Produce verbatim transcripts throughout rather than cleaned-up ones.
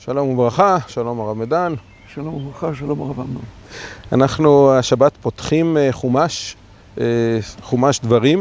שלום וברכה, שלום הרב מדן. שלום וברכה, שלום הרב אמנון. אנחנו השבת פותחים חומש, חומש דברים,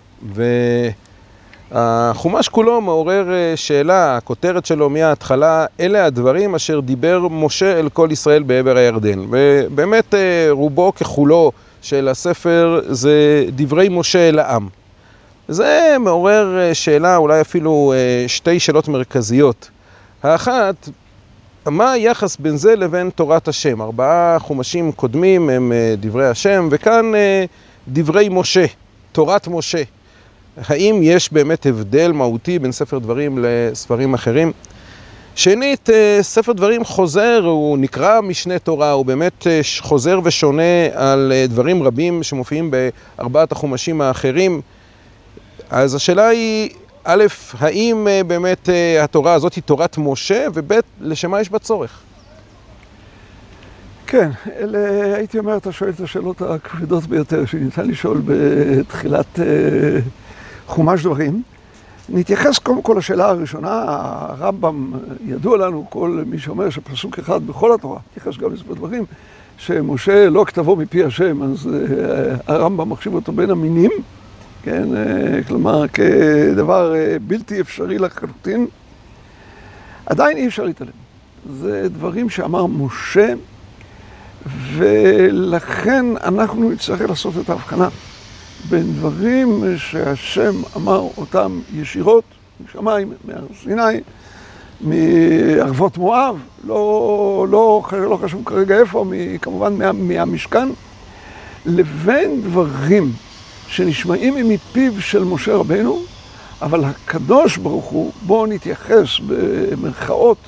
והחומש כולו מעורר שאלה, הכותרת שלו מההתחלה, אלה הדברים אשר דיבר משה אל כל ישראל בעבר הירדן. ובאמת רובו ככולו של הספר זה דברי משה אל העם. זה מעורר שאלה, אולי אפילו שתי שאלות מרכזיות. האחת, מה היחס בין זה לבין תורת השם? ארבעה חומשים קודמים הם דברי השם, וכאן דברי משה, תורת משה. האם יש באמת הבדל מהותי בין ספר דברים לספרים אחרים? שנית, ספר דברים חוזר, הוא נקרא משנה תורה, הוא באמת חוזר ושונה על דברים רבים שמופיעים בארבעת החומשים האחרים. אז השאלה היא, א', האם באמת התורה הזאת היא תורת משה, וב', לשמה יש בה צורך? כן, אלה, הייתי אומר, אתה שואל את השאלות הכבדות ביותר שניתן לשאול בתחילת חומש דברים. נתייחס קודם כל לשאלה הראשונה, הרמב"ם ידוע לנו, כל מי שאומר שפסוק אחד בכל התורה, נתייחס גם לספר דברים, שמשה לא כתבו מפי השם, אז הרמב"ם מחשיב אותו בין המינים, כן, כלומר, כדבר בלתי אפשרי לחלוטין, עדיין אי אפשר להתעלם. זה דברים שאמר משה, ולכן אנחנו נצטרך לעשות את ההבחנה בין דברים שהשם אמר אותם ישירות, משמיים, מהר סיני, מערבות מואב, לא, לא, לא חשוב כרגע איפה, כמובן מה, מהמשכן, לבין דברים שנשמעים מפיו של משה רבנו, אבל הקדוש ברוך הוא, בואו נתייחס במרכאות,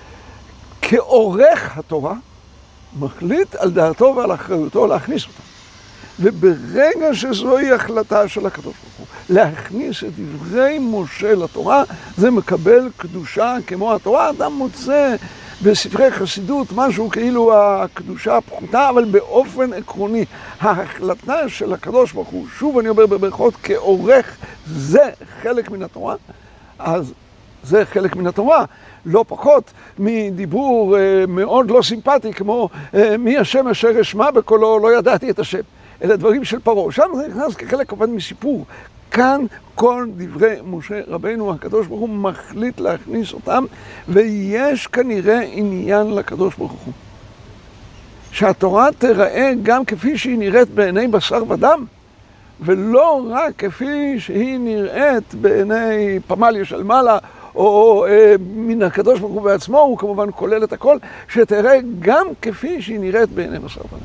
כעורך התורה, מחליט על דעתו ועל אחריותו להכניס אותה. וברגע שזוהי החלטה של הקדוש ברוך הוא, להכניס את דברי משה לתורה, זה מקבל קדושה כמו התורה. אדם מוצא בספרי חסידות משהו כאילו הקדושה הפחותה, אבל באופן עקרוני, ההחלטה של הקדוש ברוך הוא, שוב אני אומר בברכות, כעורך, זה חלק מן התורה, אז זה חלק מן התורה. לא פחות מדיבור מאוד לא סימפטי, כמו מי השם אשר אשמע בקולו, לא ידעתי את השם. אלה דברים של פרעה. שם זה נכנס כחלק כמובן מסיפור. כאן כל דברי משה רבנו, הקדוש ברוך הוא מחליט להכניס אותם, ויש כנראה עניין לקדוש ברוך הוא. שהתורה תראה גם כפי שהיא נראית בעיני בשר ודם, ולא רק כפי שהיא נראית בעיני פמליה של מעלה, או אה, מן הקדוש ברוך הוא בעצמו, הוא כמובן כולל את הכל, שתראה גם כפי שהיא נראית בעיני בשר ודם.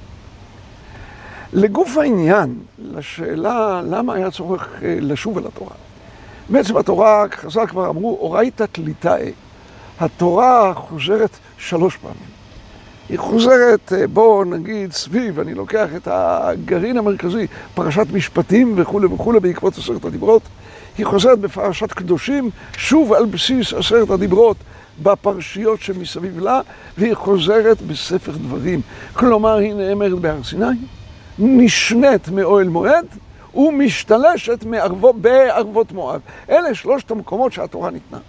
לגוף העניין, לשאלה למה היה צורך לשוב אל התורה. בעצם התורה, חז"ל כבר אמרו, אורייתא תליטאי. התורה חוזרת שלוש פעמים. היא חוזרת, בואו נגיד, סביב, אני לוקח את הגרעין המרכזי, פרשת משפטים וכו' וכו' בעקבות עשרת הדיברות. היא חוזרת בפרשת קדושים, שוב על בסיס עשרת הדיברות בפרשיות שמסביב לה, והיא חוזרת בספר דברים. כלומר, היא נאמרת בהר סיני, נשנית מאוהל מועד ומשתלשת בערבות מואב. אלה שלושת המקומות שהתורה ניתנה.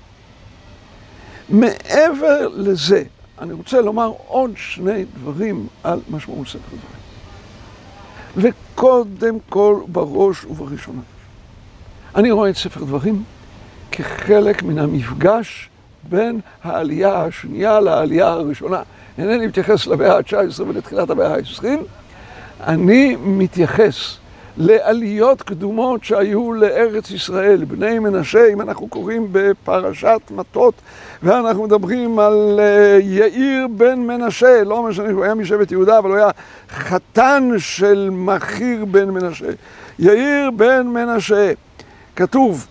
מעבר לזה, אני רוצה לומר עוד שני דברים על משמעות ספר דברים. וקודם כל, בראש ובראשונה, אני רואה את ספר דברים כחלק מן המפגש בין העלייה השנייה לעלייה הראשונה. אינני מתייחס למאה ה-תשע עשרה ולתחילת המאה ה-עשרים, אני מתייחס לעליות קדומות שהיו לארץ ישראל, בני מנשה, אם אנחנו קוראים בפרשת מטות, ואנחנו מדברים על יאיר בן מנשה, לא משנה שהוא היה משבט יהודה, אבל הוא היה חתן של מחיר בן מנשה. יאיר בן מנשה, כתוב,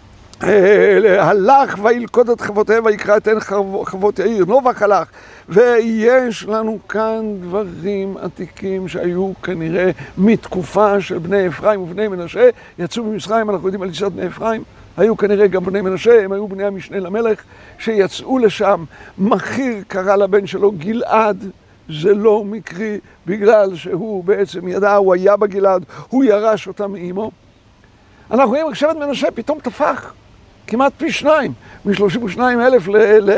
הלך וילכוד את חבותיהם ויקרא את עין חבות יאיר, נובח הלך. ויש לנו כאן דברים עתיקים שהיו כנראה מתקופה של בני אפרים ובני מנשה. יצאו ממצרים, אנחנו יודעים על יציאת בני אפרים, היו כנראה גם בני מנשה, הם היו בני המשנה למלך שיצאו לשם. מחיר קרא לבן שלו גלעד, זה לא מקרי, בגלל שהוא בעצם ידע, הוא היה בגלעד, הוא ירש אותה מאמו. אנחנו רואים, שבט מנשה פתאום תפח. כמעט פי שניים, מ-שלושים ושניים אלף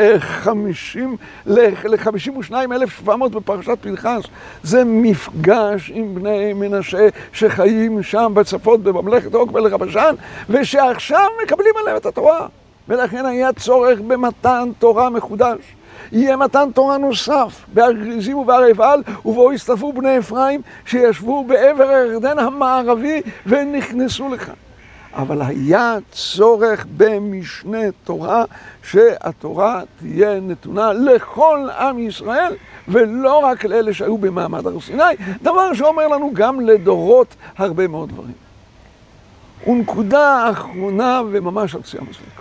ל-חמישים ושניים אלף שבע מאות בפרשת פנחס. זה מפגש עם בני מנשה שחיים שם בצפות בממלכת עוג מלך הבשן, ושעכשיו מקבלים עליהם את התורה. ולכן היה צורך במתן תורה מחודש. יהיה מתן תורה נוסף בהר גריזים ובהר עיבל, ובו הסתלפו בני אפרים שישבו בעבר הירדן המערבי ונכנסו לכאן. אבל היה צורך במשנה תורה, שהתורה תהיה נתונה לכל עם ישראל, ולא רק לאלה שהיו במעמד הר סיני, דבר שאומר לנו גם לדורות הרבה מאוד דברים. ונקודה אחרונה וממש על קצה המזלג.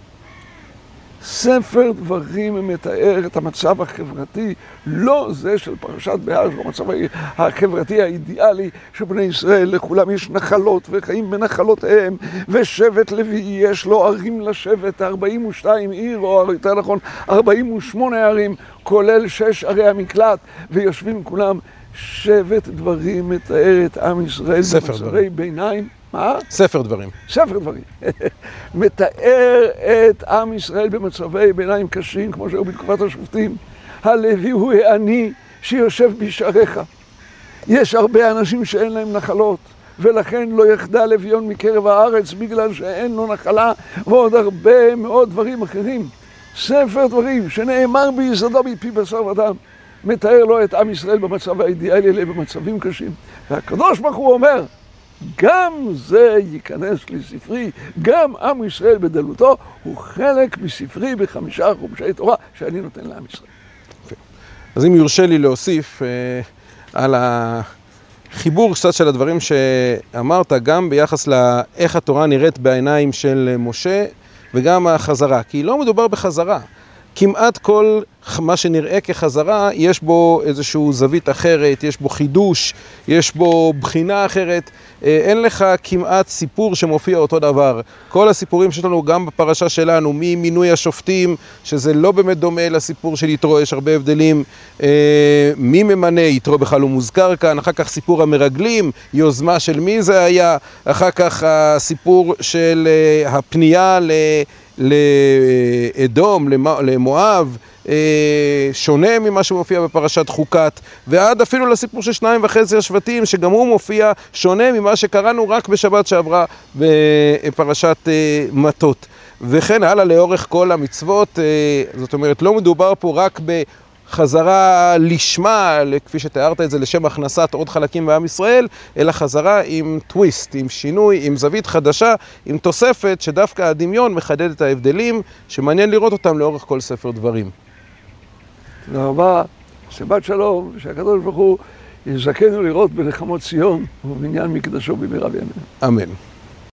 ספר דברים מתאר את המצב החברתי, לא זה של פרשת בהר, שהוא המצב החברתי האידיאלי, שבני ישראל לכולם יש נחלות וחיים בנחלותיהם, ושבט לוי יש לו ערים לשבט, ארבעים ושתיים עיר, או יותר נכון ארבעים ושמונה ערים, כולל שש ערי המקלט, ויושבים כולם. שבט דברים מתאר את עם ישראל במצבי ביניים. מה? ספר דברים. ספר דברים. מתאר את עם ישראל במצבי ביניים קשים, כמו שהיו בתקופת השופטים. הלוי הוא העני שיושב בשעריך. יש הרבה אנשים שאין להם נחלות, ולכן לא יחדל לוויון מקרב הארץ בגלל שאין לו נחלה, ועוד הרבה מאוד דברים אחרים. ספר דברים שנאמר ביסודו מפי בשר ודם, מתאר לו את עם ישראל במצב האידיאלי, אלה במצבים קשים. והקדוש ברוך הוא אומר, גם זה ייכנס לספרי, גם עם ישראל בדלותו הוא חלק מספרי בחמישה חומשי תורה שאני נותן לעם ישראל. אז אם יורשה לי להוסיף אה, על החיבור קצת של הדברים שאמרת, גם ביחס לאיך התורה נראית בעיניים של משה, וגם החזרה, כי לא מדובר בחזרה. כמעט כל מה שנראה כחזרה, יש בו איזשהו זווית אחרת, יש בו חידוש, יש בו בחינה אחרת. אין לך כמעט סיפור שמופיע אותו דבר. כל הסיפורים שלנו, גם בפרשה שלנו, ממינוי השופטים, שזה לא באמת דומה לסיפור של יתרו, יש הרבה הבדלים. מי ממנה, יתרו בכלל הוא מוזכר כאן, אחר כך סיפור המרגלים, יוזמה של מי זה היה, אחר כך הסיפור של הפנייה ל... לאדום, למואב, שונה ממה שמופיע בפרשת חוקת, ועד אפילו לסיפור של שניים וחצי השבטים, שגם הוא מופיע שונה ממה שקראנו רק בשבת שעברה בפרשת מטות. וכן הלאה לאורך כל המצוות, זאת אומרת, לא מדובר פה רק בחזרה לשמה, כפי שתיארת את זה, לשם הכנסת עוד חלקים בעם ישראל, אלא חזרה עם טוויסט, עם שינוי, עם זווית חדשה, עם תוספת שדווקא הדמיון מחדד את ההבדלים, שמעניין לראות אותם לאורך כל ספר דברים. תודה רבה, שבת שלום, שהקדוש ברוך הוא יזכנו לראות בנחמות ציון ובבניין מקדשו במהרה בימינו. אמן.